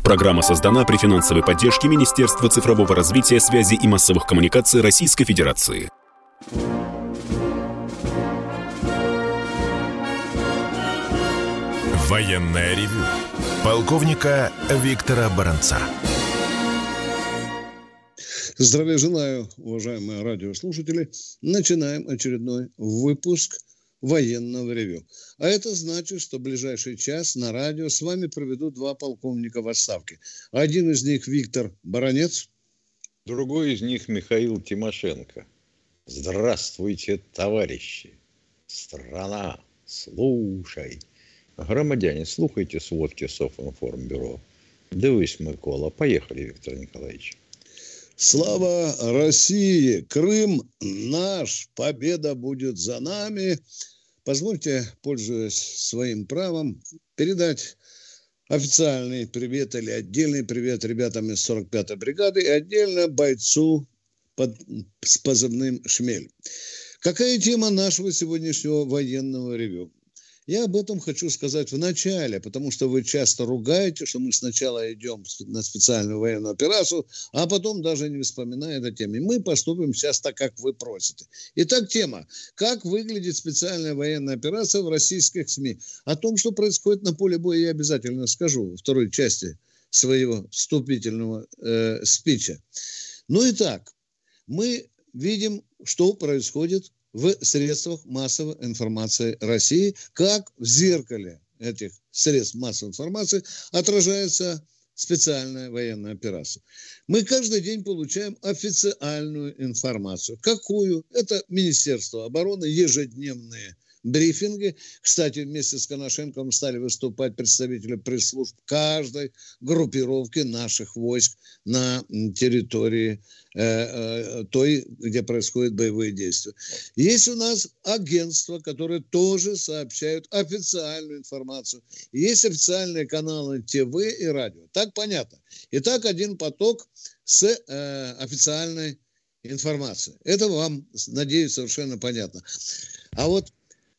Программа создана при финансовой поддержке Министерства цифрового развития, связи и массовых коммуникаций Российской Федерации. Военное ревю полковника Виктора Баранца. Здравия желаю, уважаемые радиослушатели. Начинаем очередной выпуск военного ревю. А это значит, что в ближайший час на радио с вами проведут два полковника в отставке. Один из них Виктор Баранец. Другой из них Михаил Тимошенко. Здравствуйте, товарищи. Страна, слушай. Громадяне, слухайте сводки Софинформбюро. Дивись, Микола. Поехали, Виктор Николаевич. Слава России! Крым наш! Победа будет за нами! Позвольте, пользуясь своим правом, передать официальный привет или отдельный привет ребятам из 45-й бригады и отдельно бойцу с позывным «Шмель». Какая тема нашего сегодняшнего военного ревю? Я об этом хочу сказать в начале, потому что вы часто ругаете, что мы сначала идем на специальную военную операцию, а потом даже не вспоминаем о теме. Мы поступим сейчас так, как вы просите. Итак, тема. Как выглядит специальная военная операция в российских СМИ? О том, что происходит на поле боя, я обязательно скажу во второй части своего вступительного спича. Ну, итак, мы видим, что происходит в средствах массовой информации России, как в зеркале этих средств массовой информации отражается специальная военная операция. Мы каждый день получаем официальную информацию. Какую? Это Министерство обороны, ежедневные брифинги. Кстати, вместе с Коношенковым стали выступать представители пресс-служб каждой группировки наших войск на территории той, где происходят боевые действия. Есть у нас агентства, которые тоже сообщают официальную информацию. Есть официальные каналы ТВ и радио. Так понятно. Итак, один поток с официальной информацией. Это вам, надеюсь, совершенно понятно. А вот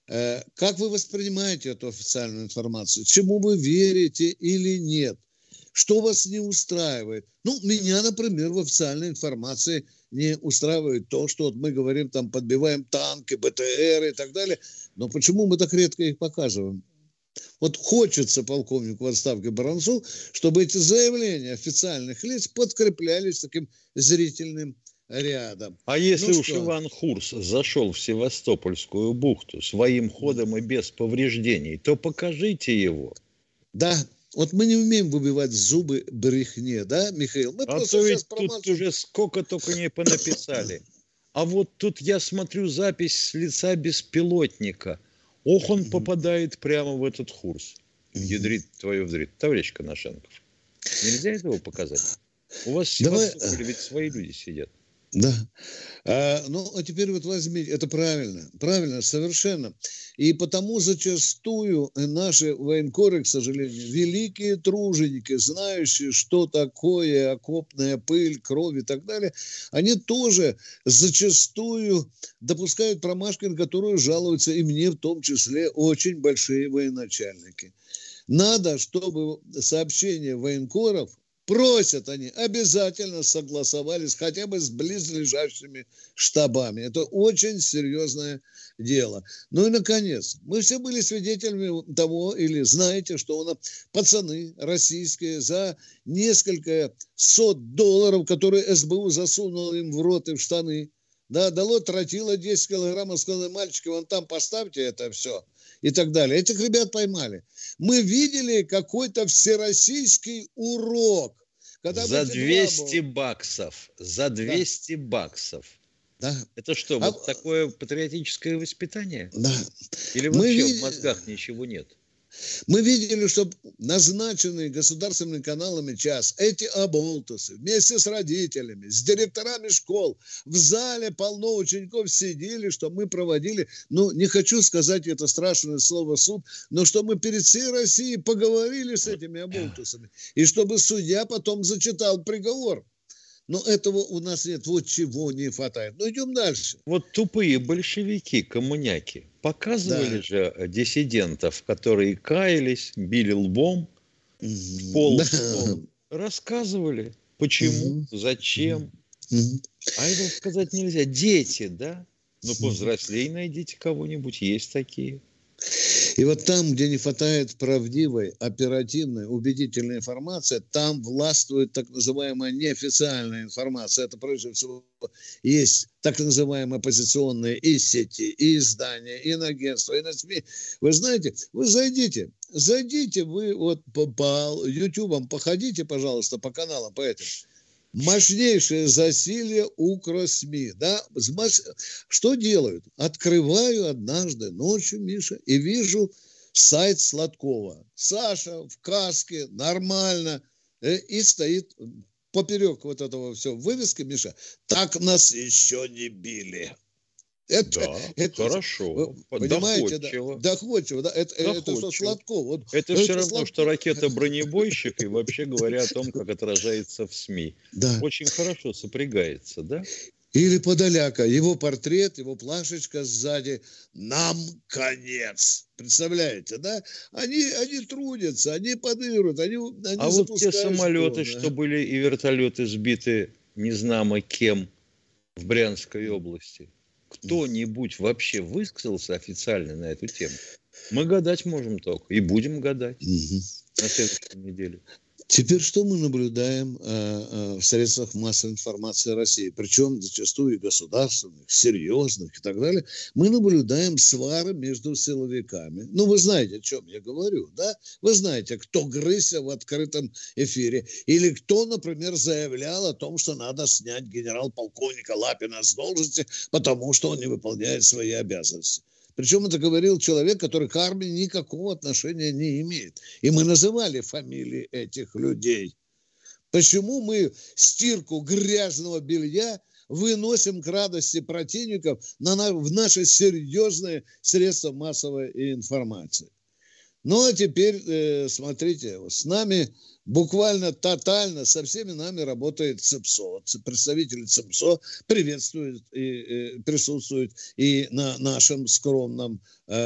как вы воспринимаете эту официальную информацию? Чему вы верите или нет? Что вас не устраивает? Ну, меня, например, в официальной информации не устраивает то, что вот мы говорим, там, подбиваем танки, БТР и так далее. Но почему мы так редко их показываем? Вот хочется полковнику в отставке Баранцу, чтобы эти заявления официальных лиц подкреплялись таким зрительным рядом. А если уж Иван Хурс зашел в Севастопольскую бухту своим ходом и без повреждений, то покажите его. Да, вот мы не умеем выбивать зубы брехне, да, Михаил? Мы просто ведь тут уже сколько только не понаписали. А вот тут я смотрю запись с лица беспилотника. Ох, он попадает прямо в этот Хурс. Ядрит твою вдрит. Товарищ Коношенков, нельзя этого показать? У вас в Севастополе ведь свои люди сидят. Да. Ну, а теперь вот возьмите, это правильно, совершенно. И потому зачастую наши военкоры, к сожалению, великие труженики, знающие, что такое окопная пыль, кровь и так далее, они тоже зачастую допускают промашки, на которую жалуются и мне в том числе очень большие военачальники. Надо, чтобы сообщения военкоров, просят они, обязательно согласовались хотя бы с близлежащими штабами. Это очень серьезное дело. Ну и, наконец, мы все были свидетелями того, или знаете, что у нас пацаны российские за несколько сот долларов, которые СБУ засунула им в рот и в штаны, да, дало тротила 10 килограммов, сказали, мальчики, вон там поставьте это все. И так далее. Этих ребят поймали. Мы видели какой-то всероссийский урок. Когда за 200 баксов. За 200 баксов. Да. Это что, вот такое патриотическое воспитание? Да. Или вообще в мозгах ничего нет? Мы видели, что назначенный государственными каналами час эти оболтусы вместе с родителями, с директорами школ в зале полно учеников сидели, что мы проводили, ну, не хочу сказать это страшное слово суд, но что мы перед всей Россией поговорили с этими оболтусами, и чтобы судья потом зачитал приговор. Но этого у нас нет, вот чего не хватает. Ну, идем дальше. Вот тупые большевики, коммуняки, показывали же диссидентов, которые каялись, били лбом в пол, рассказывали, почему, Мгм. зачем. Мгм. А этого сказать нельзя. Дети, да? Ну, повзрослей найдите кого-нибудь, есть такие. И вот там, где не хватает правдивой, оперативной, убедительной информации, там властвует так называемая неофициальная информация. Это, прежде всего, есть так называемые оппозиционные и сети, и издания, и на агентства, и на СМИ. Вы знаете, вы зайдите вы вот по ютубам, походите, пожалуйста, по каналам, по этим. Мощнейшее засилье укрсми, да, что делают? Открываю однажды ночью, Миша, и вижу сайт Сладкова. Саша в каске, нормально, и стоит поперек вот этого все вывески, Миша, так нас еще не били. Да, Это, хорошо, понимаете, да, доходчиво. доходчиво, да, это что, Доходчиво. Сладков. Вот, Это все это равно, что Сладков. ракета-бронебойщик, и вообще говоря о том, как отражается в СМИ. Да. Очень хорошо сопрягается, да? Или Подоляка, его портрет, его плашечка сзади, нам конец. Представляете, да? Они трудятся, они подыруют, они А вот те запускают самолеты, шпионы. что были, и вертолеты сбиты незнамо кем в Брянской области, кто-нибудь вообще высказался официально на эту тему? Мы гадать можем только, и будем гадать Мгм. на следующей неделе. Теперь что мы наблюдаем в средствах массовой информации России, причем зачастую и государственных, серьезных и так далее, мы наблюдаем свары между силовиками. Ну, вы знаете, о чем я говорю, да? Вы знаете, кто грызся в открытом эфире, или кто, например, заявлял о том, что надо снять генерал-полковника Лапина с должности, потому что он не выполняет свои обязанности. Причем это говорил человек, который к армии никакого отношения не имеет. И мы называли фамилии этих людей. Почему мы стирку грязного белья выносим к радости противников в наши серьезные средства массовой информации? Ну, а теперь, смотрите, с нами буквально тотально, со всеми нами работает ЦИПСО. Представители ЦИПСО приветствуют и присутствуют и на нашем скромном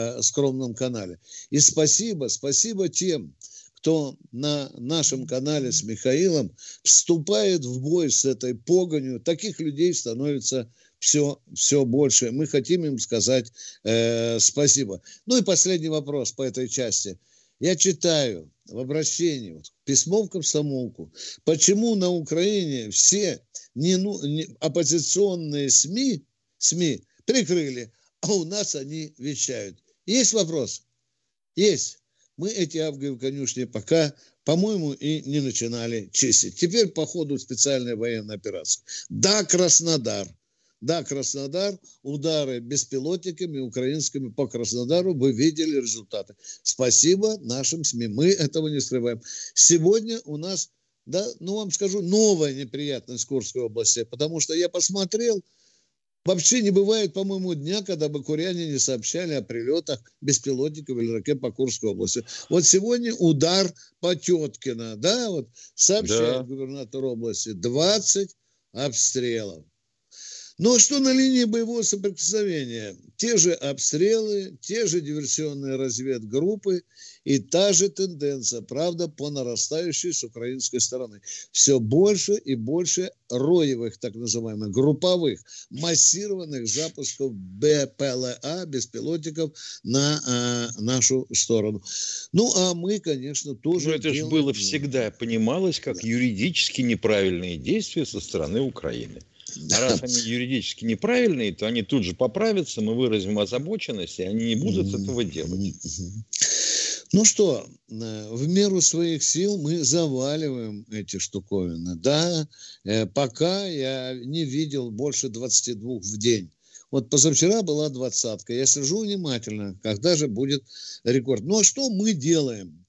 канале. И спасибо тем, кто на нашем канале с Михаилом вступает в бой с этой погонью. Таких людей становится все больше. Мы хотим им сказать спасибо. Ну и последний вопрос по этой части. Я читаю в обращении, письмо в комсомолку, почему на Украине все оппозиционные СМИ прикрыли, а у нас они вещают. Есть вопрос? Есть. Мы эти авгиевы конюшни пока, по-моему, и не начинали чистить. Теперь по ходу специальной военной операции. Да, Краснодар, удары беспилотниками украинскими по Краснодару, вы видели результаты. Спасибо нашим СМИ, мы этого не скрываем. Сегодня у нас, вам скажу, новая неприятность в Курской области, потому что я посмотрел, вообще не бывает, по-моему, дня, когда бы куряне не сообщали о прилетах беспилотников или ракет по Курской области. Вот сегодня удар по Теткино, сообщает губернатор области, 20 обстрелов. Но что на линии боевого соприкосновения? Те же обстрелы, те же диверсионные разведгруппы и та же тенденция, правда, по нарастающей с украинской стороны. Все больше и больше роевых, так называемых, групповых, массированных запусков БПЛА, беспилотников на нашу сторону. Ну, а мы, конечно, тоже... Но это же было всегда, понималось, как юридически неправильные действия со стороны Украины. А раз они юридически неправильные, то они тут же поправятся, мы выразим озабоченность, и они не будут этого делать. Ну что, в меру своих сил мы заваливаем эти штуковины. Да, пока я не видел больше 22 в день. Вот позавчера была 20-ка. Я слежу внимательно, когда же будет рекорд. Ну а что мы делаем?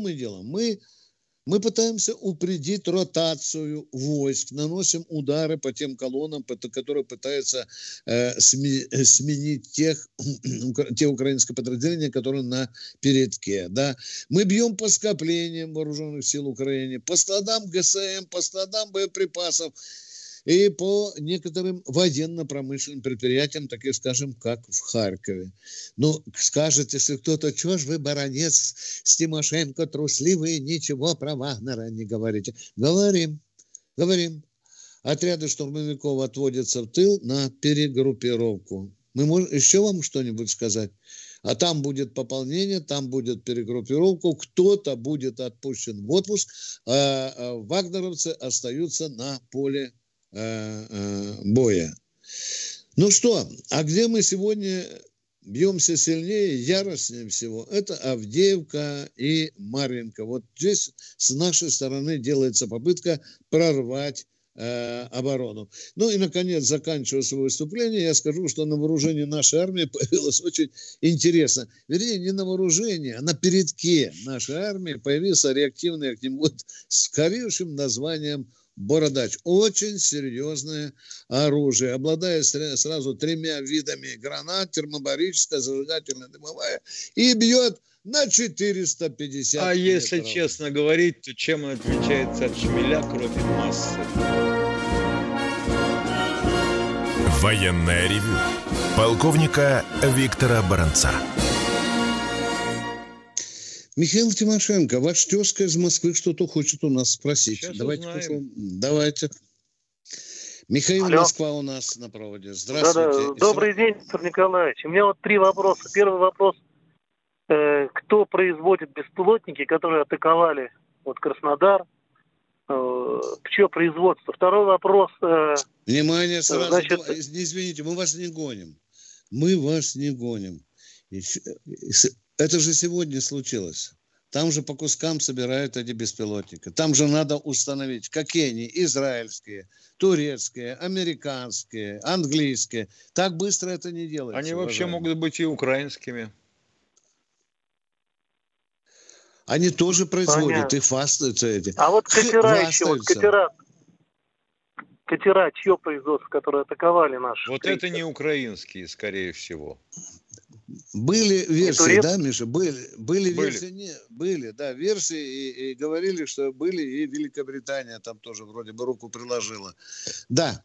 Мы пытаемся упредить ротацию войск, наносим удары по тем колоннам, которые пытаются сменить те украинские подразделения, которые на передке. Да. Мы бьем по скоплениям вооруженных сил Украины, по складам ГСМ, по складам боеприпасов. и по некоторым военно-промышленным предприятиям, таким, скажем, как в Харькове. Ну, скажет, если кто-то, чего ж вы, баронец с Тимошенко, трусливые, ничего про Вагнера не говорите. Говорим. Отряды штурмовиков отводятся в тыл на перегруппировку. Мы можем еще вам что-нибудь сказать? А там будет пополнение, там будет перегруппировка, кто-то будет отпущен в отпуск, а вагнеровцы остаются на поле боя. Ну что, а где мы сегодня бьемся сильнее, яростнее всего? Это Авдеевка и Марьинка. Вот здесь с нашей стороны делается попытка прорвать оборону. Ну и, наконец, заканчивая свое выступление, я скажу, что на вооружении нашей армии появилось очень интересно. Вернее, не на вооружении, а на передке нашей армии появился реактивный огнемет с скорейшим названием «Бородач». Очень серьезное оружие. Обладает сразу 3 видами гранат: термобарическая, зажигательная, дымовая, и бьет на 450 метров. Если честно говорить, то чем он отличается от шмеля, кроме массы? Военное ревю полковника Виктора Баранца. Михаил Тимошенко, ваш тезка из Москвы что-то хочет у нас спросить. Сейчас Давайте. Михаил, алло. Москва у нас на проводе. Здравствуйте. Да. Добрый день, Виктор Николаевич. У меня вот 3 вопроса. Первый вопрос. Кто производит беспилотники, которые атаковали Краснодар? Чье производство? Второй вопрос. Внимание, сразу. Извините, мы вас не гоним. Это же сегодня случилось. Там же по кускам собирают эти беспилотники. Там же надо установить, какие они: израильские, турецкие, американские, английские. Так быстро это не делается. Они вообще могут быть и украинскими. Они тоже производят, и хвастаются эти. А вот катера еще, катера, чье производство, которые атаковали наши? Вот это не украинские, скорее всего. Были версии, да, Миша? Были версии, версии, и говорили, что были, и Великобритания там тоже вроде бы руку приложила. Да.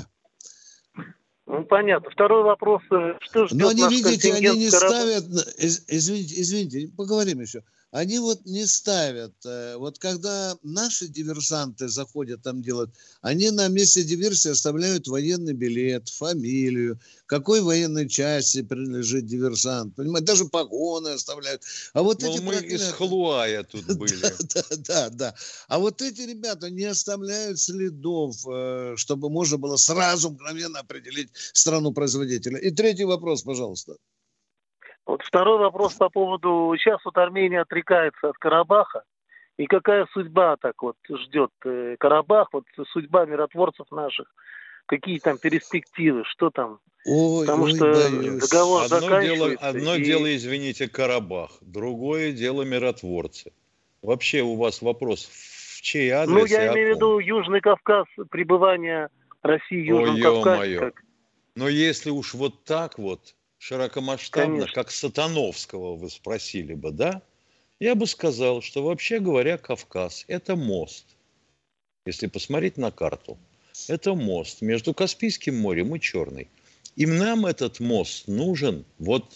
Ну, понятно. Второй вопрос. Что ждет наш контингент? Они не ставят... Извините, поговорим еще. Они не ставят, когда наши диверсанты заходят там делать, они на месте диверсии оставляют военный билет, фамилию, какой военной части принадлежит диверсант, понимаете, даже погоны оставляют. А мы из Халуая тут были. Да. А вот эти ребята не оставляют следов, чтобы можно было сразу мгновенно определить страну-производителя. И третий вопрос, пожалуйста. Вот второй вопрос по поводу... Сейчас Армения отрекается от Карабаха. И какая судьба ждет Карабах? Судьба миротворцев наших. Какие там перспективы? Что там? Потому что боюсь. Договор заканчивается. Одно дело, извините, Карабах. Другое дело миротворцы. Вообще у вас вопрос в чей адрес? Я имею в виду Южный Кавказ, пребывание России в Южном Кавказе. Но если уж так широкомасштабно, конечно, как Сатановского вы спросили бы, да? Я бы сказал, что вообще говоря, Кавказ – это мост. Если посмотреть на карту, это мост между Каспийским морем и Черной. И нам этот мост нужен,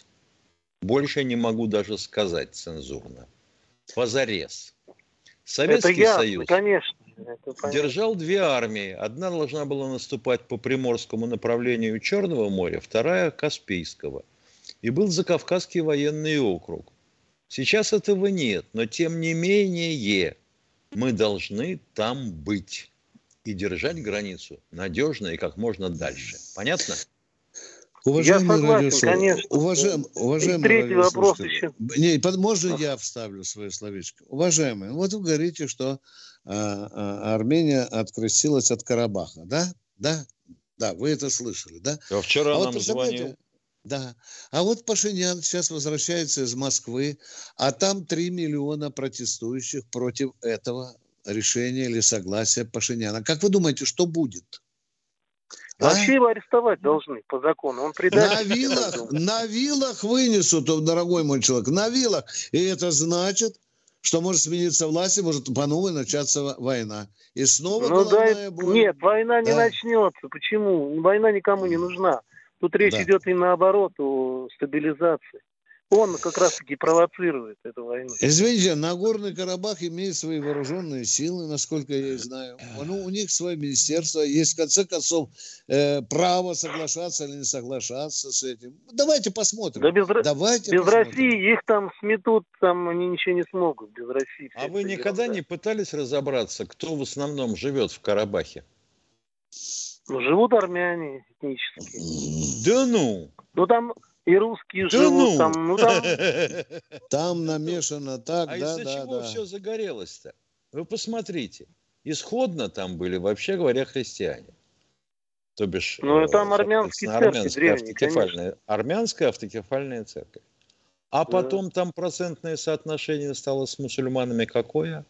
больше не могу даже сказать цензурно, позарез. Советский Союз, конечно, держал 2 армии. Одна должна была наступать по приморскому направлению Черного моря, вторая – Каспийского. И был Закавказский военный округ. Сейчас этого нет, но тем не менее мы должны там быть и держать границу надежно и как можно дальше. Понятно? Уважаемый, я согласен, конечно. Уважаемый, третий вопрос еще. Можно я вставлю свое словечко? Уважаемые, вы говорите, что Армения открестилась от Карабаха, да? Да, вы это слышали, да? Я вчера нам звонил. Да. А Пашинян сейчас возвращается из Москвы, а там 3 миллиона протестующих против этого решения или согласия Пашиняна. Как вы думаете, что будет? Вообще его арестовать должны по закону. Он на вилах вынесут, дорогой мой человек, на вилах. И это значит, что может смениться власть и может по новой начаться война. И снова Ну да, головная боль. нет, война не Да. начнется. Почему? Война никому не нужна. Тут речь Да. идет и наоборот о стабилизации. Он как раз-таки провоцирует эту войну. Извините, Нагорный Карабах имеет свои вооруженные силы, насколько я знаю. Ну, у них свое министерство. Есть, в конце концов, право соглашаться или не соглашаться с этим. Давайте посмотрим. Да без Давайте без посмотрим. России их там сметут, там они ничего не смогут без России. А вы никогда не пытались разобраться, кто в основном живет в Карабахе? Ну, живут армяне этнические. Да ну! Ну, там и русские Да живут. ну! Там Там намешано так, А да, из-за да, чего да. все загорелось-то? Вы посмотрите. Исходно там были, вообще говоря, христиане. То бишь, Ну, там армянские церкви древние, армянская автокефальная церковь. А Да. потом там процентное соотношение стало с мусульманами какое?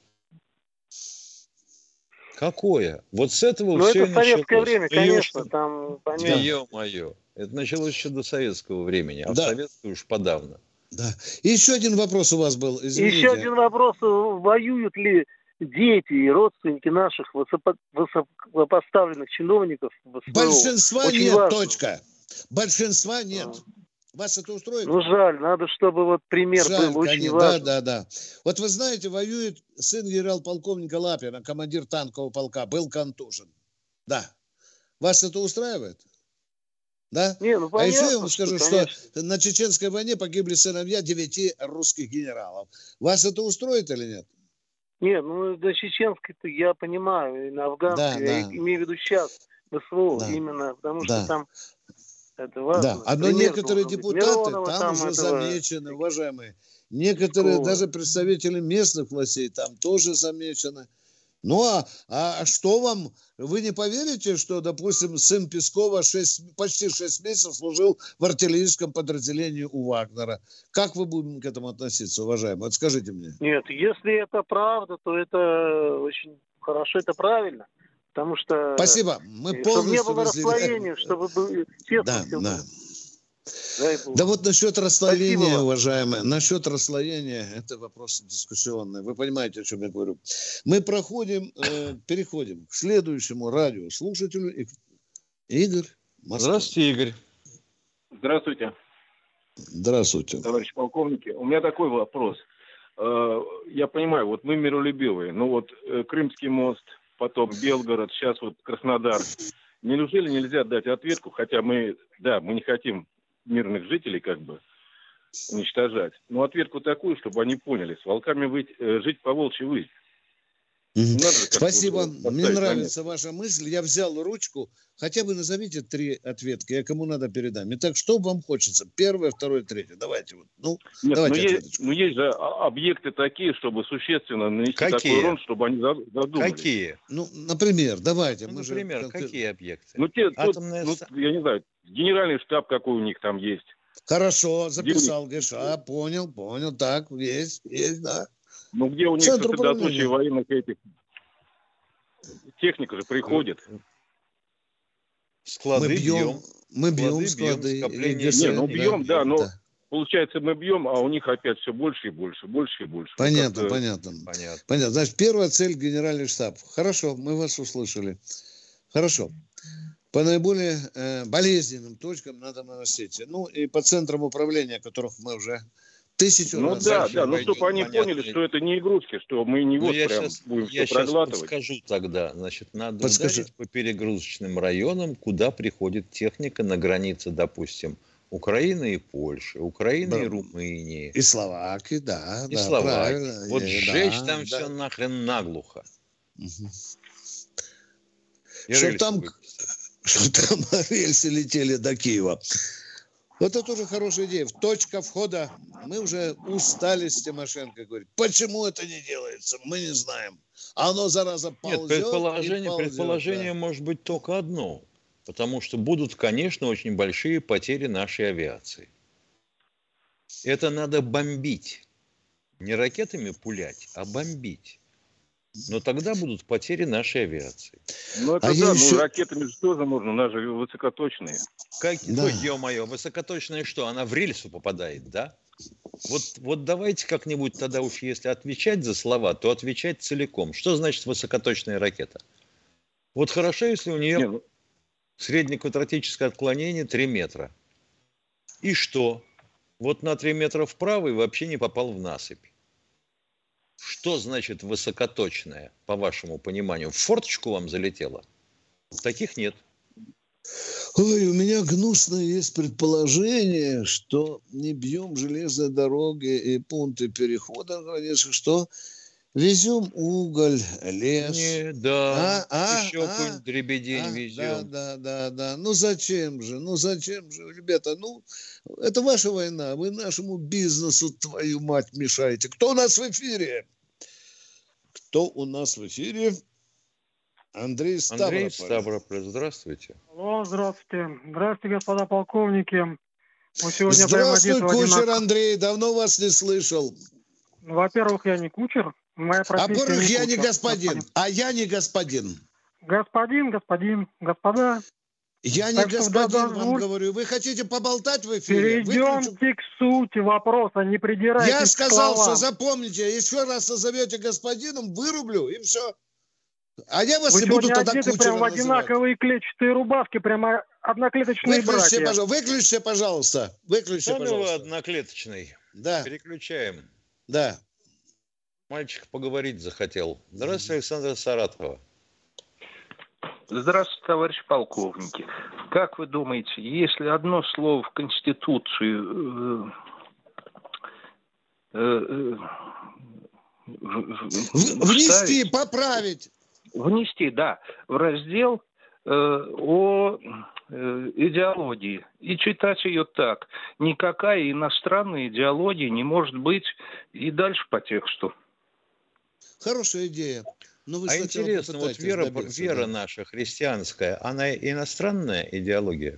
Какое? Вот с этого Ну, все это и советское началось. время, Ну, конечно, ё-моё. там Да понятно. ё-моё. Это началось еще до советского времени, а Да. в советское уж подавно. Да. И еще один вопрос у вас был, извините. Еще один вопрос. Воюют ли дети и родственники наших высокопоставленных чиновников в СВО? Большинства Очень нет, важно. точка. Большинства нет. Вас это устроит? Ну, жаль, надо, чтобы вот пример Жаль, был очень конечно. важен. Да. Вот вы знаете, воюет сын генерал-полковника Лапина, командир танкового полка, был контужен. Да. Вас это устраивает? Да? Не, ну, А понятно, еще я вам скажу, что конечно. на Чеченской войне погибли сыновья 9 русских генералов. Вас это устроит или нет? Не, ну, до чеченской-то я понимаю, и на афганской, Да, я да. имею в виду сейчас, в СВО, Да. именно, потому Да. что там это важно. Да, но Пример некоторые должен быть. депутаты Миронова там уже этого- замечены, уважаемые. Некоторые Пескова. даже представители местных властей там тоже замечены. Ну, а что вам? Вы не поверите, что, допустим, сын Пескова почти 6 месяцев служил в артиллерийском подразделении у Вагнера? Как вы будете к этому относиться, уважаемые? Вот скажите мне. Нет, если это правда, то это очень хорошо, это правильно. Потому что... Спасибо. Мы чтобы не полностью было разделяем. расслоения, чтобы было честно Да, все да. было. Дай Бог. Да вот насчет расслоения, Спасибо вам. уважаемые, насчет расслоения, это вопрос дискуссионный. Вы понимаете, о чем я говорю. Мы переходим к следующему радиослушателю. Игорь, Москва. Здравствуйте, Игорь. Здравствуйте, Здравствуйте. товарищ полковники. У меня такой вопрос. Я понимаю, вот мы миролюбивые, но вот Крымский мост, потом Белгород, сейчас вот Краснодар. Неужели нельзя дать ответку, хотя мы не хотим мирных жителей как бы уничтожать, но ответку такую, чтобы они поняли, с волками жить по волчьи выть. Надо как-то Спасибо. вот Мне поставить нравится ваша мысль. Я взял ручку. Хотя бы назовите 3 ответки. Я кому надо передам. Итак, что вам хочется? Первое, второе, третье. Давайте. Вот. Ну, Нет, давайте но есть же объекты такие, чтобы существенно нанести Какие? такой урон, чтобы они задумались. Какие? Ну, например, давайте. Ну, Мы же например, конкретно- какие объекты? Ну, Атомная я не знаю, генеральный штаб какой у них там есть. Хорошо, записал ГША. Понял. Так, есть, да. Ну, где у них Центр сосредоточие управления. военных этих... Техника же приходит. Склады бьем. Мы бьем Склады склады. бьем, скопления. и ГС, Не, ну да. бьем, да, но Да. получается мы бьем, а у них опять все больше и больше. Понятно. Понятно. Понятно. Значит, первая цель — генеральный штаб. Хорошо, мы вас услышали. Хорошо. По наиболее болезненным точкам надо наносить. Ну, и по центрам управления, о которых мы уже тысячу Ну раз... да, дальше ну пойдем, чтобы они понятно. поняли, что это не игрушки, что мы не Ну, вот я прям сейчас будем все проглатывать. подскажу тогда. Значит, надо Подскажи. ударить по перегрузочным районам, куда приходит техника на границе, допустим, Украины и Польши, Украины и Да. Румынии, И Словакии, да. и да, Словакии. правильно. Вот Да, сжечь там да. все нахрен наглухо. Мгм. И Что рельсы там- выписать. Что там рельсы летели до Киева. Вот это тоже хорошая идея. Точка входа. Мы уже устали с Тимошенко говорить. Почему это не делается? Мы не знаем. Оно, зараза, Нет, ползет и ползет, предположение да. может быть только одно. Потому что будут, конечно, очень большие потери нашей авиации. Это надо бомбить. Не ракетами пулять, а бомбить. Но тогда будут потери нашей авиации. Ну это А я да, еще- ну ракетами же тоже можно, у нас же высокоточные. Как, Да. ё-моё, высокоточная что? Она в рельсу попадает, да? Вот давайте как-нибудь тогда уж, если отвечать за слова, то отвечать целиком. Что значит высокоточная ракета? Вот хорошо, если у нее среднее квадратическое отклонение 3 метра. И что? Вот на 3 метра вправо и вообще не попал в насыпь. Что значит высокоточная, по вашему пониманию? В форточку вам залетело? Таких нет. Ой, у меня гнусное есть предположение, что не бьем железные дороги и пункты перехода границы, что везем уголь, лес. Не, да, еще какой-нибудь дребедень везем. Да. Ну зачем же, ребята, это ваша война, вы нашему бизнесу, твою мать, мешаете. Кто у нас в эфире? Андрей Ставрополь. Здравствуйте. Алло, здравствуйте. Здравствуйте, господа полковники. Здравствуй, кучер Андрей, давно вас не слышал. Во-первых, я не кучер. Моя профессия Во-первых, я не господин. А я не господин. Господа. Я не господин, вам говорю. Вы хотите поболтать в эфире? Перейдемте к сути вопроса, не придирайтесь. Я сказал, что запомните, еще раз назовете господином, вырублю, и все. А я вас не буду тогда кучером называть. Вы прям в одинаковые клетчатые рубашки, прямо одноклеточные братья. Выключите, пожалуйста. Одноклеточный. Да. Переключаем. Да. Мальчик поговорить захотел. Здравствуйте, Александр Саратова. Здравствуйте, товарищ полковники. Как вы думаете, если одно слово в Конституции внести, поправить. Внести, да, в раздел о идеологии. И читать ее так. Никакая иностранная идеология не может быть. И дальше по тексту. Хорошая идея. Интересно, вот вера наша христианская, она иностранная идеология?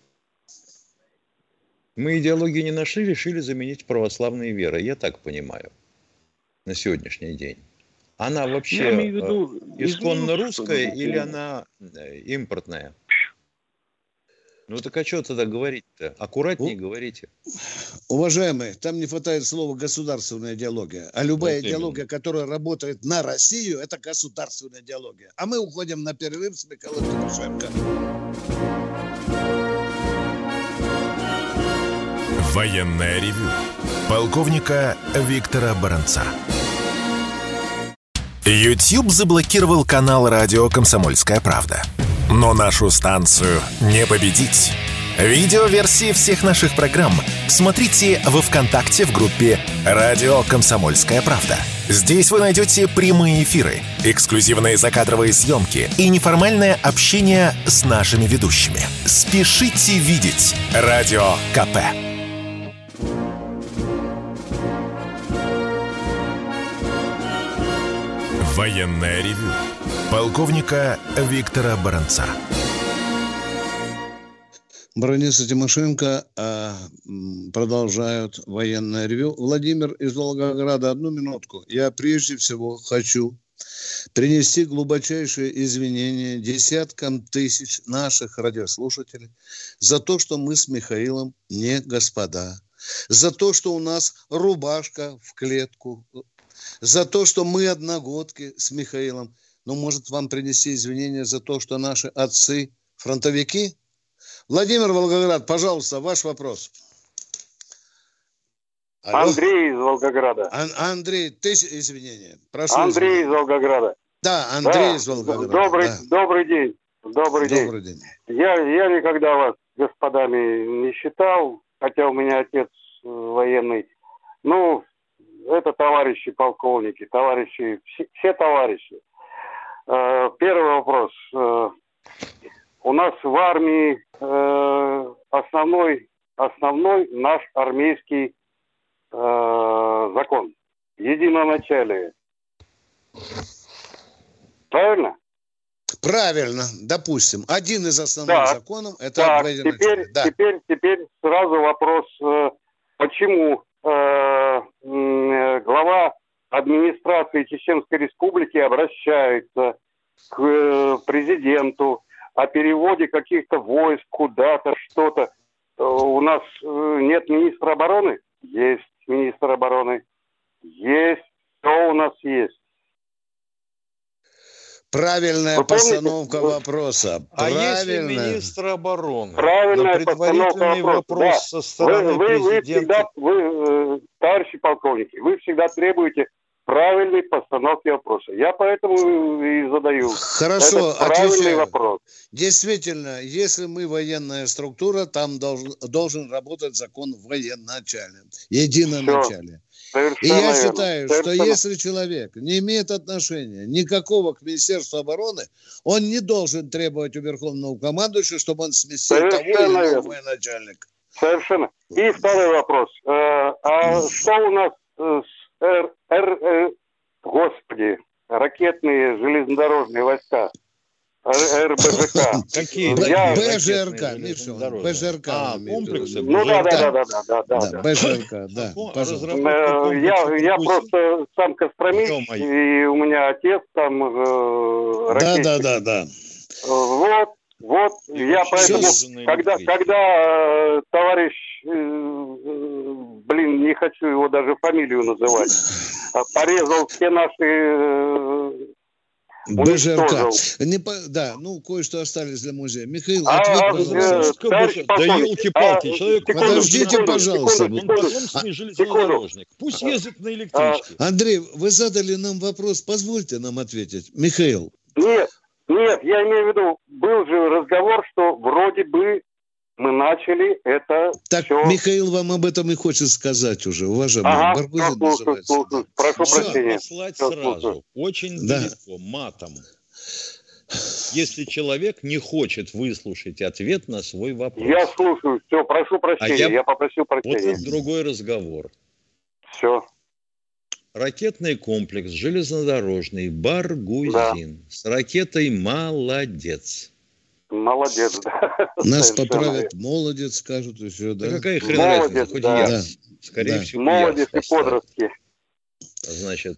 Мы идеологию не нашли, решили заменить православной верой, я так понимаю, на сегодняшний день. Она вообще исконно русская или она импортная? Ну так а что тогда говорить-то? Аккуратнее говорите. Уважаемые, там не хватает слова государственная идеология. А любая идеология, которая работает на Россию, это государственная идеология. А мы уходим на перерыв с Михаилом Тимошенко. Военное ревю полковника Виктора Баранца. YouTube заблокировал канал радио «Комсомольская правда». Но нашу станцию не победить. Видеоверсии всех наших программ смотрите во ВКонтакте в группе «Радио Комсомольская правда». Здесь вы найдете прямые эфиры, эксклюзивные закадровые съемки и неформальное общение с нашими ведущими. Спешите видеть Радио КП. Военное ревю полковника Виктора Баранца. Баранец и Тимошенко продолжают военное ревю. Владимир из Волгограда, 1 минутку. Я прежде всего хочу принести глубочайшие извинения десяткам тысяч наших радиослушателей за то, что мы с Михаилом не господа, за то, что у нас рубашка в клетку, за то, что мы одногодки с Михаилом. Но может вам принести извинения за то, что наши отцы фронтовики? Владимир Волгоград, пожалуйста, ваш вопрос. Алло. Андрей из Волгограда. Андрей, извинения. Прошу Андрей из Волгограда. Да, Андрей из Волгограда. Добрый день. Добрый день. Я никогда вас господами не считал, хотя у меня отец военный. Ну, это товарищи полковники, все товарищи. Первый вопрос. У нас в армии основной наш армейский закон. Единоначалие. Правильно? Правильно, допустим. Один из основных законов это единоначалие. Теперь сразу вопрос, почему глава администрации Чеченской Республики обращается к президенту о переводе каких-то войск куда-то, что-то. У нас нет министра обороны? есть министр обороны, есть, все у нас есть. Правильная постановка вопроса. А если министр обороны? Правильная на предварительный вопрос да. со стороны президента... Вы, товарищи полковники, вы всегда требуете правильной постановки вопроса. Я поэтому и задаю. Хорошо, правильный вопрос. Действительно, если мы военная структура, там должен работать закон военачальный, единоначальный. И я считаю, что если человек не имеет отношения никакого к Министерству обороны, он не должен требовать у Верховного командующего, чтобы он сместил того или иного военачальника. Совершенно. И второй вопрос. А что у нас с ракетные железнодорожные войска? РБЖК. Какие? БЖРК, Миша, БЖРК. Комплексы? Ну да. БЖРК, да. Я просто сам космонавт, и у меня отец там ракетчик. Да. Вот, я поэтому, когда товарищ, не хочу его даже фамилию называть, порезал все наши... БЖРК. Кое-что остались для музея. Михаил, да елки-палки, человек... Подождите, пожалуйста. Он потомственный железнодорожник. Пусть ездит на электричке. Андрей, вы задали нам вопрос, позвольте нам ответить. Михаил. Нет, я имею в виду, был же разговор, что вроде бы мы начали это так, все... Михаил вам об этом и хочет сказать уже, уважаемый. Баргузин называется. Прошу прощения. Послать сразу, очень далеко, матом. Если человек не хочет выслушать ответ на свой вопрос. Я слушаю, все, прошу прощения, я попросил прощения. Вот это другой разговор. Все. Ракетный комплекс железнодорожный «Баргузин» с ракетой «Молодец». Молодец, да. Нас поправят, молодец, скажут еще, да? Да какая хрен разница, хоть я. Скорее всего, молодец и подростки. Значит,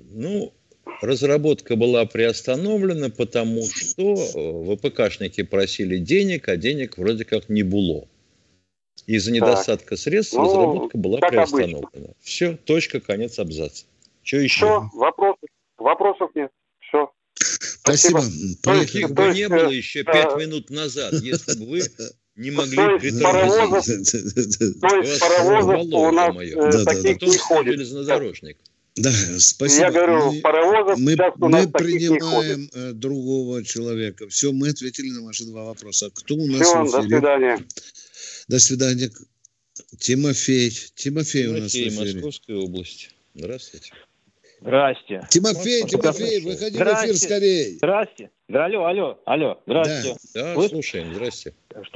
разработка была приостановлена, потому что ВПКшники просили денег, а денег вроде как не было. Из-за недостатка средств разработка была приостановлена. Обычно. Все, точка, конец абзаца. Что еще? Все, вопросов нет. Все. Спасибо. Каких бы не было еще 5 минут назад, если бы вы не могли притормозить. То есть паровозов у нас таких не ходит. Железнодорожник. Да, спасибо. Я говорю, паровозов сейчас у нас таких не ходит. Мы принимаем другого человека. Все, мы ответили на ваши два вопроса. Кто у нас в эфире? До свидания. До свидания. Тимофей у нас в эфире. Московская область. Здравствуйте. Здрасте. Тимофей, выходи в эфир скорее. Здрасте. Да, алло. Здрасте. Да, слушаем, здрасте.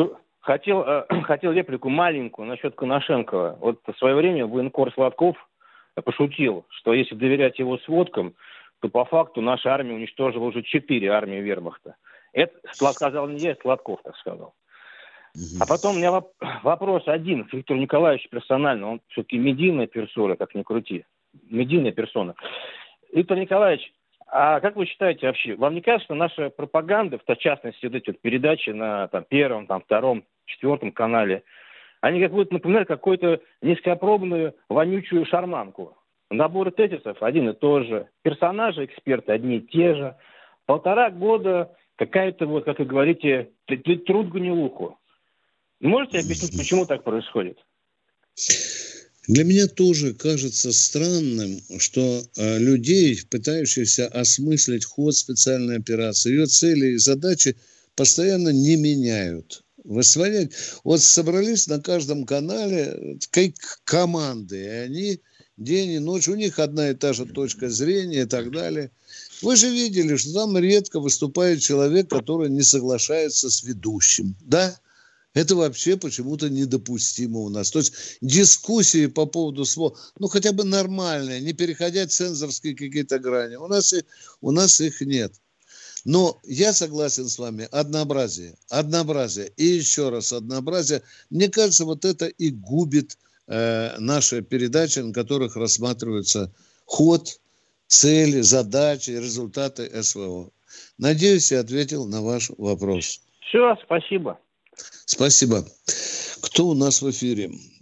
Хотел реплику маленькую насчет Коношенкова. Вот в свое время военкор Сладков пошутил, что если доверять его сводкам, то по факту наша армия уничтожила уже 4 армии вермахта. Это сказал не я, Сладков так сказал. А потом у меня вопрос один к Виктору Николаевичу персонально. Он все-таки медийная персона, как ни крути. Медийная персона. Виктор Николаевич, а как вы считаете вообще, вам не кажется, что наша пропаганда, в частности, вот эти вот передачи на Первом, Втором, Четвертом канале, они как будто напоминают какую-то низкопробную вонючую шарманку? Набор тезисов один и тот же. Персонажи, эксперты одни и те же. 1,5 года какая-то, вот, как вы говорите, труд-гнилуху. Можете объяснить, почему так происходит? Для меня тоже кажется странным, что людей, пытающихся осмыслить ход специальной операции, ее цели и задачи постоянно не меняют. Вот собрались на каждом канале команды, и они день и ночь, у них одна и та же точка зрения и так далее. Вы же видели, что там редко выступает человек, который не соглашается с ведущим, да? Это вообще почему-то недопустимо у нас. То есть дискуссии по поводу хотя бы нормальные, не переходя цензорские какие-то грани. У нас их нет. Но я согласен с вами, однообразие. И еще раз однообразие. Мне кажется, вот это и губит наши передачи, на которых рассматривается ход, цели, задачи, результаты СВО. Надеюсь, я ответил на ваш вопрос. Все, спасибо. Спасибо. Кто у нас в эфире?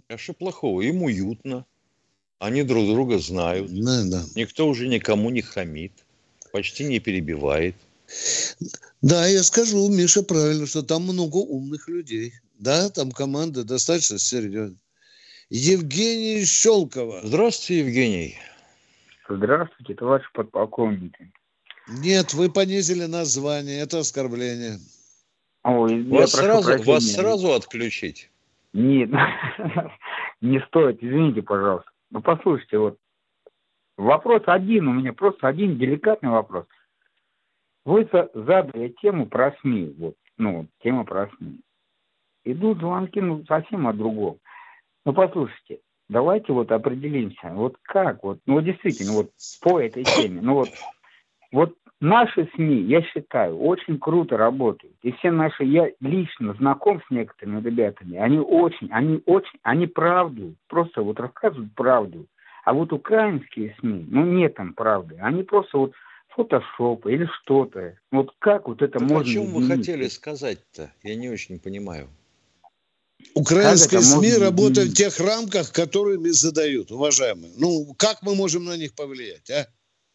А что плохого? Им уютно. Они друг друга знают. Да. Никто уже никому не хамит. Почти не перебивает. Да, я скажу, Миша, правильно, что там много умных людей. Да, там команда достаточно серьезная. Евгений Щелкова. Здравствуйте, Евгений. Здравствуйте, товарищ подполковники. Нет, вы понизили название, это оскорбление. Ой, вас сразу отключить? Нет, не стоит, извините, пожалуйста. Ну, послушайте, вот вопрос один у меня, просто один деликатный вопрос. Вы задали тему про СМИ, тема про СМИ. Идут звонки, совсем о другом. Послушайте, давайте определимся, как, действительно, по этой теме, наши СМИ, я считаю, очень круто работают. И все наши, я лично знаком с некоторыми ребятами, они правду, просто рассказывают правду. А украинские СМИ, нет там правды. Они просто фотошоп или что-то. Как это можно... О чем вы хотели сказать-то? Я не очень понимаю. Украинские СМИ работают в тех рамках, которыми задают, уважаемые. Как мы можем на них повлиять, а?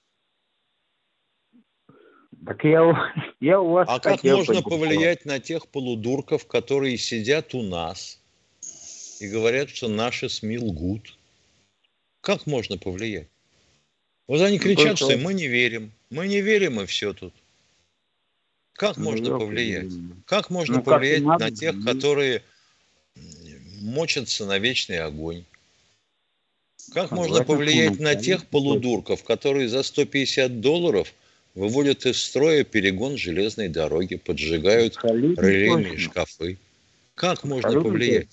Так я у вас... А как можно повлиять на тех полудурков, которые сидят у нас и говорят, что наши СМИ лгут? Как можно повлиять? Они кричат, что мы не верим и все тут. Как можно повлиять? Как можно повлиять на тех, которые мочатся на вечный огонь? Как можно повлиять на тех полудурков, которые за $150 выводят из строя перегон железной дороги, поджигают релейные шкафы? Как можно повлиять?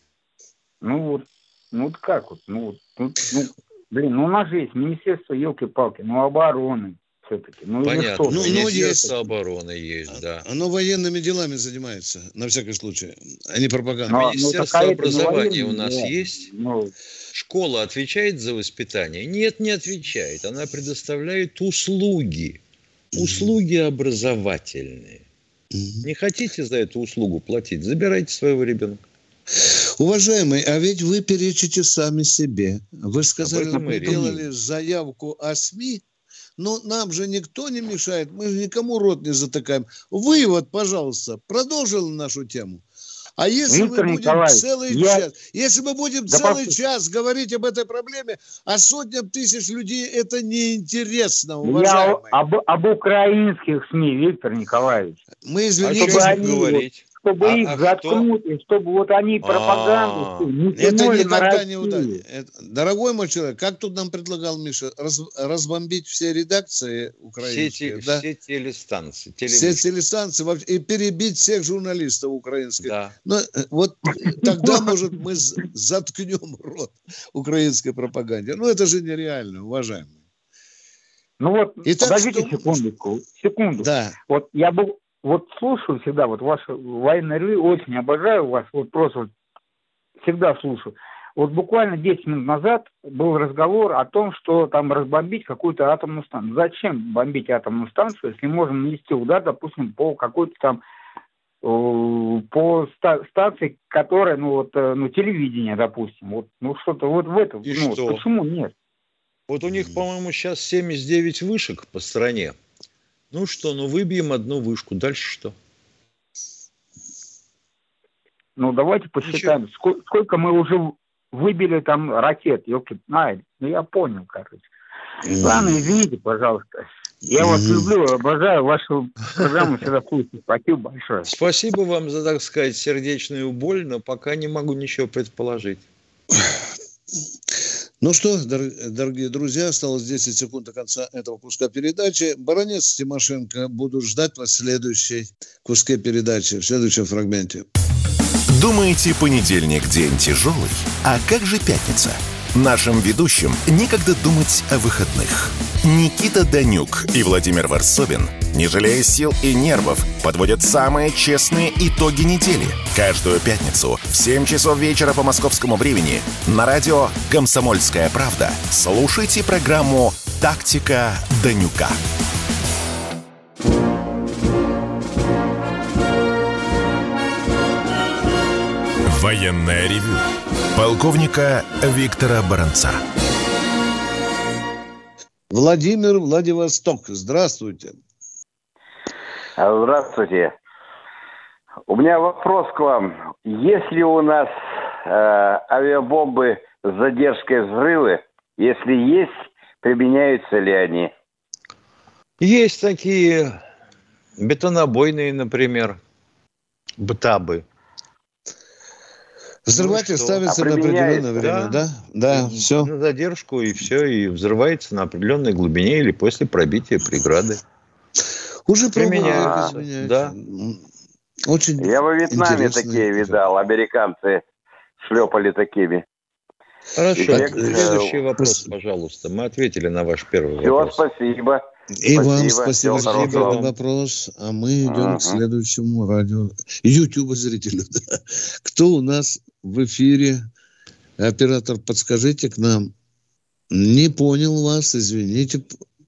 Как? У нас же есть Министерство, елки-палки, обороны все-таки. Понятно, Министерство обороны есть, да. Оно военными делами занимается, на всякий случай, а не пропагандой. Министерство образования у нас есть? Школа отвечает за воспитание? Нет, не отвечает. Она предоставляет услуги. Услуги образовательные. Не хотите за эту услугу платить? Забирайте своего ребенка. Уважаемый, а ведь вы перечите сами себе. Вы сказали, мы делали заявку о СМИ, но нам же никто не мешает, мы же никому рот не затыкаем. Вы пожалуйста, продолжили нашу тему. А если мы будем целый час говорить об этой проблеме, а сотням тысяч людей это неинтересно, уважаемый. Я об украинских СМИ, Виктор Николаевич. Мы извините. Чтобы их заткнуть, и чтобы они пропаганду не это никогда не удастся. Дорогой мой человек, как тут нам предлагал Миша, разбомбить все редакции украинские, все телестанции. Все телестанции и перебить всех журналистов украинских. Да. Тогда, может, мы заткнем рот украинской пропаганде. Это же нереально, уважаемые. Подождите секунду. Да. Я был... слушаю всегда, ваши военные ревю, очень обожаю вас, просто всегда слушаю. Буквально 10 минут назад был разговор о том, что там разбомбить какую-то атомную станцию. Зачем бомбить атомную станцию, если можно нанести удар, допустим, по какой-то там, по станции, которая, телевидение, допустим, что-то в этом. И что? Почему нет? У них, по-моему, сейчас 79 вышек по стране. Выбьем одну вышку. Дальше что? Давайте посчитаем. Сколько мы уже выбили там ракет. Я понял, короче. Ладно, извините, пожалуйста. Я вас люблю, обожаю вашу программу, всегда слушаю. Спасибо большое. Спасибо вам за, так сказать, сердечную боль, но пока не могу ничего предположить. Дорогие друзья, осталось 10 секунд до конца этого куска передачи. Баронец Тимошенко, буду ждать вас в следующей куске передачи, в следующем фрагменте. Думаете, понедельник день тяжелый? А как же пятница? Нашим ведущим некогда думать о выходных. Никита Данюк и Владимир Варсобин, не жалея сил и нервов, подводят самые честные итоги недели. Каждую пятницу в 7 часов вечера по московскому времени на радио «Комсомольская правда» слушайте программу «Тактика Данюка». Военное ревю Полковника Виктора Баранца. Владимир, Владивосток. Здравствуйте. Здравствуйте. У меня вопрос к вам. Есть ли у нас авиабомбы с задержкой взрывы? Если есть, применяются ли они? Есть такие бетонобойные, например, БТАБы. Взрыватель ставится на определенное время, да? Да, все. На задержку, и все, и взрывается на определенной глубине или после пробития преграды. Уже применяют. Да. Очень Я во Вьетнаме такие видал, американцы шлепали такими. Хорошо, следующий вопрос, пожалуйста. Мы ответили на ваш первый вопрос. Все, спасибо. И вам спасибо за вопрос. А мы идем к следующему YouTube-зрителю. Кто у нас в эфире? Оператор, подскажите к нам. Не понял вас, извините.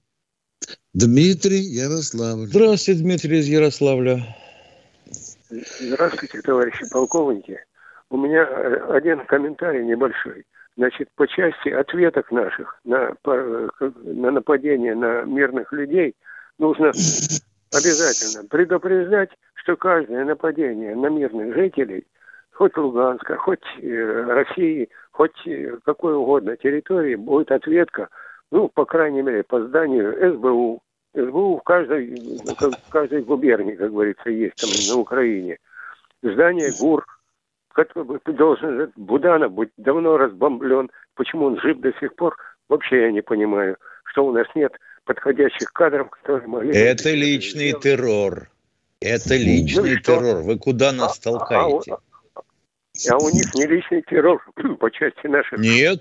Дмитрий, Ярославль. Здравствуйте, Дмитрий из Ярославля. Здравствуйте, товарищи полковники. У меня один комментарий небольшой. Значит, по части ответок наших на нападение на мирных людей нужно обязательно предупреждать, что каждое нападение на мирных жителей, хоть Луганска, хоть России, хоть какой угодно территории, будет ответка, ну, по крайней мере, по зданию СБУ. СБУ в каждой губернии, как говорится, есть там на Украине. Здание ГУР, который должен Буданов быть давно разбомблен. Почему он жив до сих пор, вообще я не понимаю. Что у нас нет подходящих кадров, которые могли... Это личный террор. Это личный террор. Вы куда нас толкаете? А у них не личный террор по части наших...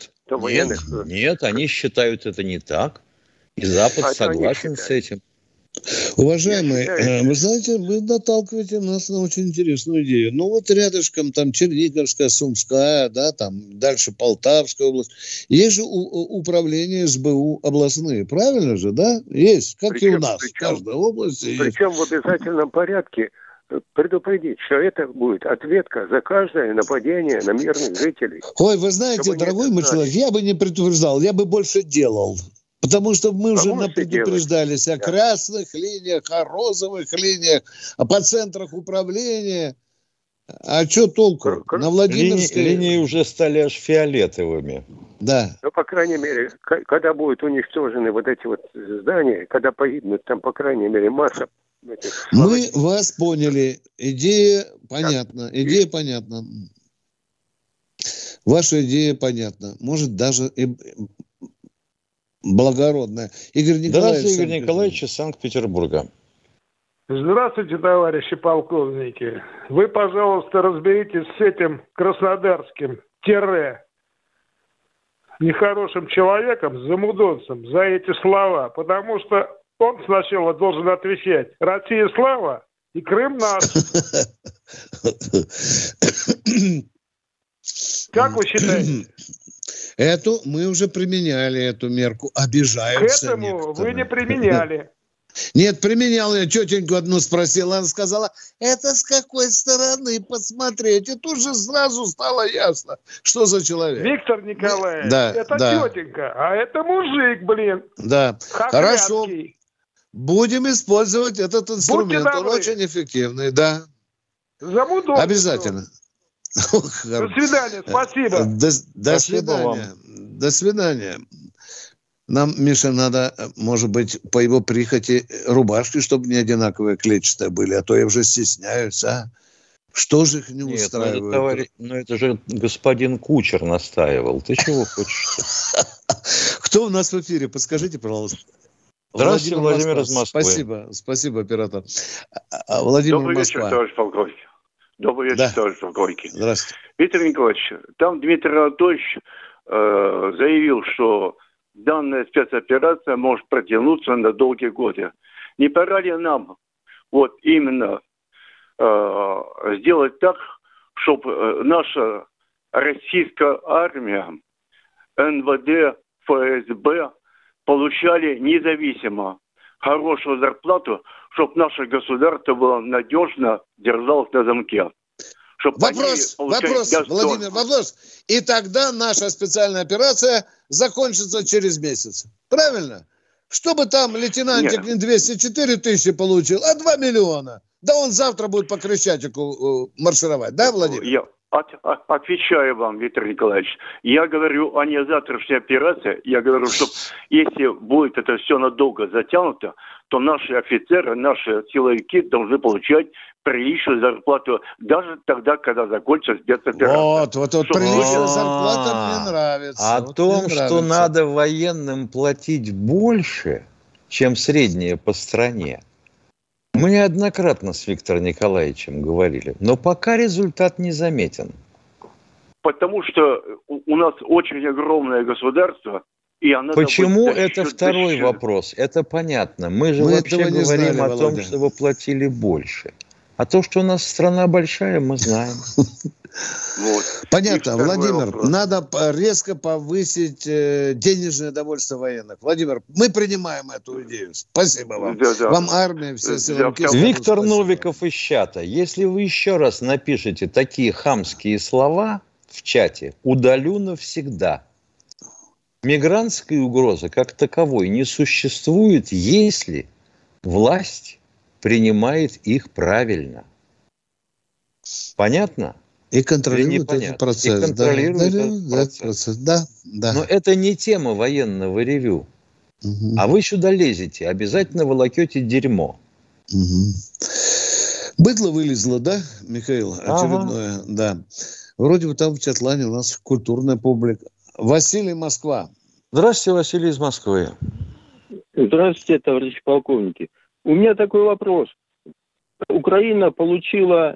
Нет, они считают это не так. И Запад согласен с этим. Уважаемые, вы знаете, вы наталкиваете нас на очень интересную идею. Ну вот рядышком там Черниговская, Сумская, да, там дальше Полтавская область. Есть же управление СБУ областные, правильно же, да? Есть, как и у нас, в каждой области. Причем в обязательном порядке предупредить, что это будет ответка за каждое нападение на мирных жителей. Ой, вы знаете, дорогой мой человек, я бы не предупреждал, я бы больше делал. Потому что мы уже предупреждались о красных линиях, о розовых линиях, по центрах управления. А что толку? На Владимирской... Линии уже стали аж фиолетовыми. Да. Ну, по крайней мере, когда будут уничтожены вот эти вот здания, когда погибнут там, по крайней мере, масса этих... Мы вас поняли. Идея понятна. Идея понятна. Ваша идея понятна. Может, даже и... благородная. Игорь Николаевич. Здравствуйте, Игорь Николаевич из Санкт-Петербурга. Здравствуйте, товарищи полковники. Вы, пожалуйста, разберитесь с этим краснодарским нехорошим человеком, замудонцем, за эти слова. Потому что он сначала должен отвечать: Россия слава и Крым наш. Как вы считаете? Эту мы уже применяли, эту мерку. Обижаются. К этому некоторые. Вы не применяли. Нет, применял. Я тетеньку одну спросила. Она сказала, это с какой стороны посмотреть? И тут же сразу стало ясно, что за человек. Виктор Николаевич, да, это да. тетенька, а это мужик, блин. Да, хорошо. Будем использовать этот инструмент. Он очень эффективный, да. Обязательно. До свидания, спасибо. До свидания. До свидания. Нам, Миша, надо, может быть, по его прихоти рубашки, чтобы не одинаковые клетчатые были, а то я уже стесняюсь, а? Что же их не устраивает? Ну, это же господин Кучер настаивал. Ты чего хочешь? Кто у нас в эфире? Подскажите, пожалуйста. Здравствуйте, Владимир из Москвы. Спасибо, оператор. Владимир, Добрый вечер, товарищ полковник. Добрый вечер, товарищ полковник. Здравствуйте. Виктор Николаевич, там Дмитрий Анатольевич заявил, что данная спецоперация может протянуться на долгие годы. Не пора ли нам вот именно сделать так, чтобы наша российская армия, НВД, ФСБ получали независимо хорошую зарплату, чтобы наше государство было надежно держалось на замке? Вопрос, Владимир, вопрос. И тогда наша специальная операция закончится через месяц. Правильно? Чтобы там лейтенантик не 204 тысячи получил, а 2 миллиона. Да он завтра будет по Крещатику маршировать. Да, Владимир? Я отвечаю вам, Виктор Николаевич. Я говорю о не завтрашней операции. Я говорю, что если будет это все надолго затянуто, то наши офицеры, наши силовики должны получать приличную зарплату даже тогда, когда закончится спецоперация. Вот приличная зарплата мне нравится. О том, что надо военным платить больше, чем среднее по стране, мы неоднократно с Виктором Николаевичем говорили, но пока результат не заметен. Потому что у нас очень огромное государство, и оно... Почему это второй вопрос? Это понятно. Мы же вообще говорим о том, чтобы платили больше. А то, что у нас страна большая, мы знаем. Понятно, Владимир, надо резко повысить денежное довольство военных. Владимир, мы принимаем эту идею. Спасибо вам. Вам армия, все силовики. Виктор Новиков из чата. Если вы еще раз напишете такие хамские слова в чате, удалю навсегда. Мигрантской угрозы как таковой не существует, если власть принимает их правильно. Понятно? И контролирует этот процесс. И контролирует этот процесс. Да. Но это не тема военного ревью. Угу. А вы сюда лезете, обязательно волокете дерьмо. Угу. Быдло вылезло, да, Михаил? Очередное, да. Вроде бы там в Чатлане у нас культурная публика. Василий, Москва. Здравствуйте, Василий из Москвы. Здравствуйте, товарищи полковники. У меня такой вопрос. Украина получила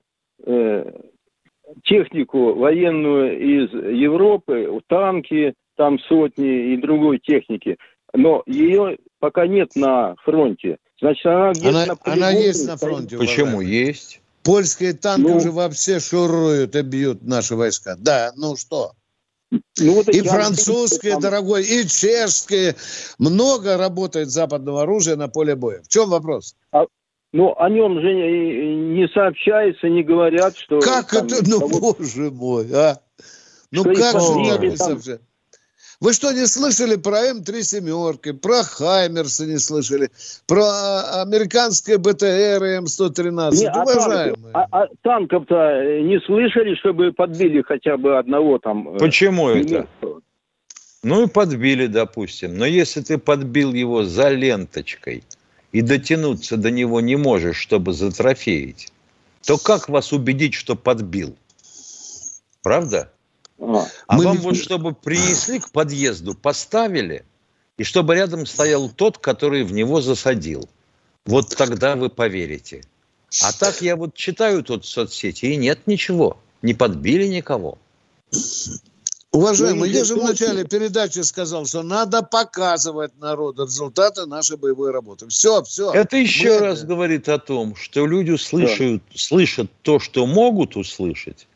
технику военную из Европы, танки, там сотни и другой техники, но ее пока нет на фронте. Значит, она где-то на полигоне. Она есть на фронте. Почему есть? Польские танки уже вообще шуруют и бьют наши войска. Да, ну что? И французские, дорогой, и чешские. Много работает западного оружия на поле боя. В чем вопрос? Но о нем же не сообщается, не говорят, что... Как там, это? Ну, боже мой, а! Ну, как же так не сообщают? Вы что, не слышали про М3 семерки, про Хаймерсы не слышали, про американские БТРы М113? Уважаемые. А танков-то не слышали, чтобы подбили хотя бы одного там... Почему это? Ну и подбили, допустим. Но если ты подбил его за ленточкой и дотянуться до него не можешь, чтобы затрофеить, то как вас убедить, что подбил? Правда? А вам вот, чтобы принесли к подъезду, поставили, и чтобы рядом стоял тот, который в него засадил. Вот тогда вы поверите. А так я вот читаю тут в соцсети, и нет ничего. Не подбили никого. Уважаемый, я же в начале передачи сказал, что надо показывать народу результаты нашей боевой работы. Все. Это еще раз говорит о том, что люди слышат то, что могут услышать,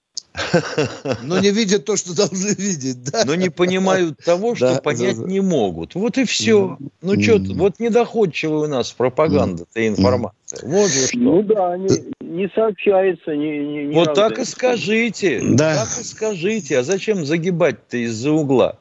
но не видят то, что должны видеть, да? Но не понимают того, что понять не могут. Вот и все. Ну что, вот недоходчивая у нас пропаганда-то информация. Вот же что. Ну да, не сообщается. Вот так и скажите. Да. Так и скажите. А зачем загибать-то из-за угла?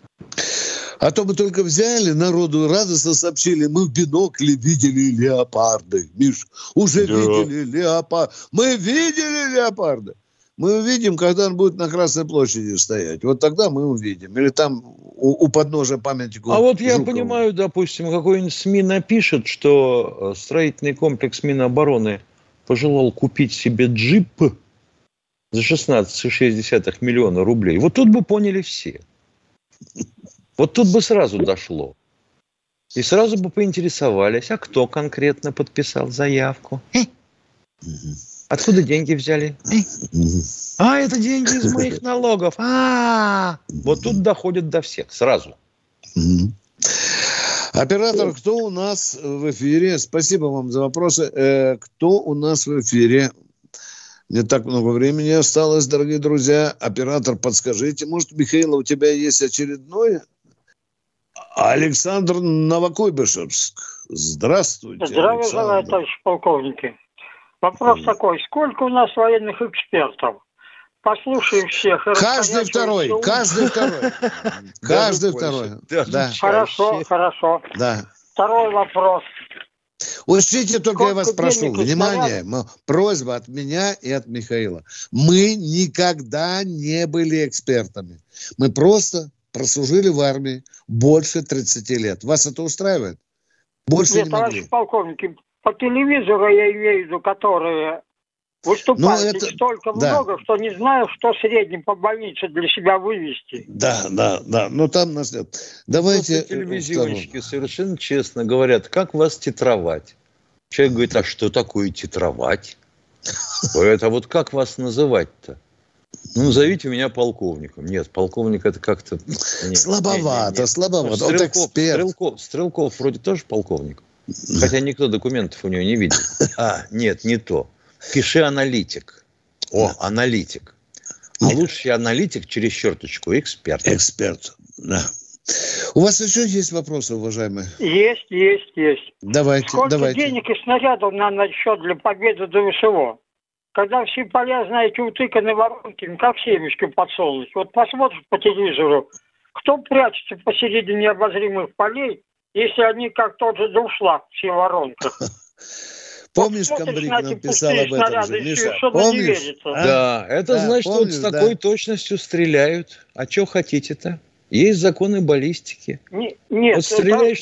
А то мы только взяли, народу радостно сообщили, мы в бинокле видели леопарды. Миш, уже видели леопарды. Мы видели леопарды. Мы увидим, когда он будет на Красной площади стоять. Вот тогда мы увидим. Или там у подножия памятника. А вот я понимаю, допустим, какой-нибудь СМИ напишет, что строительный комплекс Минобороны пожелал купить себе джип за 16,6 миллиона рублей. Вот тут бы поняли все. Вот тут бы сразу дошло. И сразу бы поинтересовались, а кто конкретно подписал заявку? Откуда деньги взяли? А, это деньги из моих налогов. Вот тут доходит до всех сразу. Оператор, кто у нас в эфире? Спасибо вам за вопросы. Кто у нас в эфире? Не так много времени осталось, дорогие друзья. Оператор, подскажите. Может, Михаил, у тебя есть очередное? Александр, Новокуйбышевск. Здравствуйте. Здравия желаю, товарищи полковники. Вопрос такой, сколько у нас военных экспертов? Послушаем всех. Каждый второй. Да. Хорошо. Да. Второй вопрос. Учтите, только я вас прошу, внимание, просьба от меня и от Михаила. Мы никогда не были экспертами. Мы просто прослужили в армии больше 30 лет. Вас это устраивает? Больше не могли. Товарищи полковники, по телевизору я имею в виду, которые выступают, их столько много, что не знаю, что в среднем по больнице для себя вывести. Да. Но там нас нет. Давайте. Телевизионщики совершенно честно говорят, как вас титровать. Человек говорит, а что такое титровать? Это вот как вас называть-то? Ну, назовите меня полковником. Нет, полковник это как-то... Слабовато. Вот эксперт. Стрелков вроде тоже полковник. Хотя никто документов у него не видел. Нет, не то. Пиши аналитик. Аналитик. А лучший аналитик через черточку эксперт. Эксперт, да. У вас еще есть вопросы, уважаемые? Есть. Давайте. Сколько денег и снарядов нам на счет для победы ДВСО? Когда все поля, знаете, утыканы воронками, как семечки подсолнухи. Вот посмотришь по телевизору, кто прячется посередине обозримых полей, если они как тот же дуршлаг, все в воронках. Помнишь, Камбрик нам писал об этом же, Миша? Помнишь? Да, это значит, вот с такой точностью стреляют. А что хотите-то? Есть законы баллистики. Нет, вот стреляешь,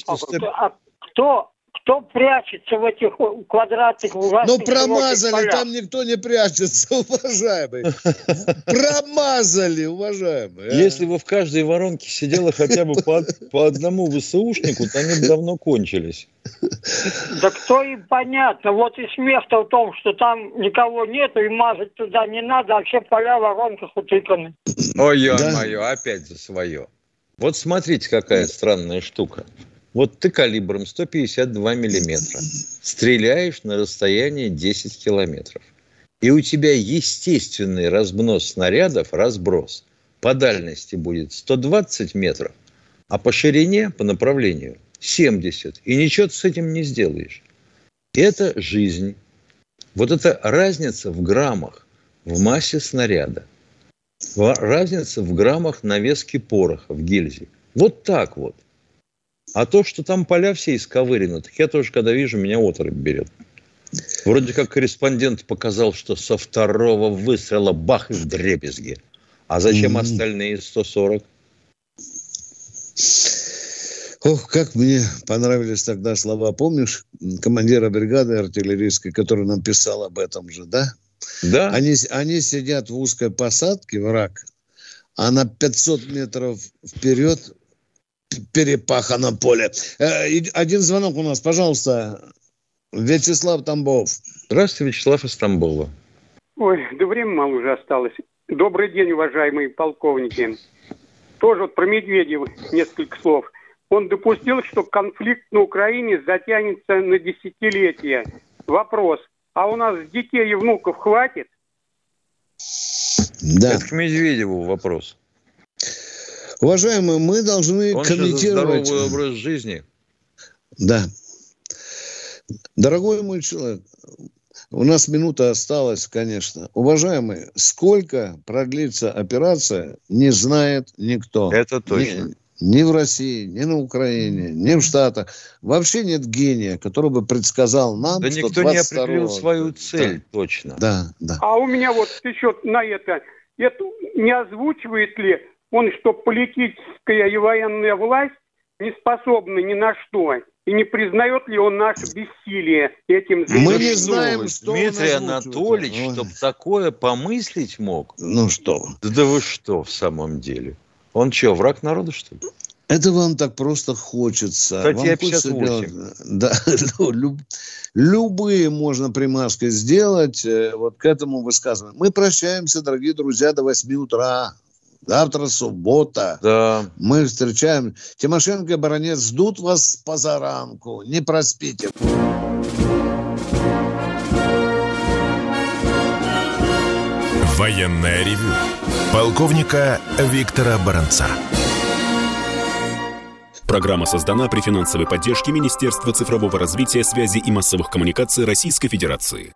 кто прячется в этих квадратных ужасных... Промазали, там никто не прячется, уважаемый. Промазали, уважаемый. Если бы в каждой воронке сидело хотя бы по одному ВСУшнику, то они бы давно кончились. Да кто им понятно. Вот и смех-то в том, что там никого нету, и мазать туда не надо, а все поля в воронках утыканы. Ой-ой-ой, опять за свое. Вот смотрите, какая странная штука. Вот ты калибром 152 миллиметра стреляешь на расстоянии 10 километров. И у тебя естественный разброс снарядов, по дальности будет 120 метров, а по ширине, по направлению 70. И ничего ты с этим не сделаешь. Это жизнь. Вот это разница в граммах, в массе снаряда. Разница в граммах навески пороха в гильзе. Вот так вот. А то, что там поля все исковырены, так я тоже, когда вижу, меня оторопь берет. Вроде как корреспондент показал, что со второго выстрела бах и вдребезги. А зачем остальные 140? Ох, как мне понравились тогда слова. Помнишь командира бригады артиллерийской, который нам писал об этом же, да? Да. Они сидят в узкой посадке, враг, а на 500 метров вперед перепахано поле. Один звонок у нас, пожалуйста. Вячеслав Тамбов. Здравствуйте, Вячеслав из Тамбова. Ой, да время мало уже осталось. Добрый день, уважаемые полковники. Тоже вот про Медведева несколько слов. Он допустил, что конфликт на Украине затянется на десятилетия. Вопрос, а у нас детей и внуков хватит? Да. Это к Медведеву вопрос. Уважаемые, мы должны комментировать... здоровый образ жизни. Да. Дорогой мой человек, у нас минута осталась, конечно. Уважаемые, сколько продлится операция, не знает никто. Это точно. Ни в России, ни на Украине, ни в Штатах. Вообще нет гения, который бы предсказал нам, да что никто не определил свою цель, да. Точно. Да. А у меня вот еще на это не озвучивает ли он, что политическая и военная власть не способны ни на что, и не признает ли он наше бессилие этим заявлением? Мы не знаем, что Дмитрий Анатольевич, чтоб такое помыслить мог. Ну что? Да вы что в самом деле? Он что, враг народа, что ли? Это вам так просто хочется. Статья 58. Да, любые можно примазки сделать вот к этому высказыванию. Мы прощаемся, дорогие друзья, до 8 утра. Завтра суббота. Да. Мы встречаем. Тимошенко и Баранец ждут вас позаранку. Не проспите. Военное ревю полковника Виктора Баранца. Программа создана при финансовой поддержке Министерства цифрового развития, связи и массовых коммуникаций Российской Федерации.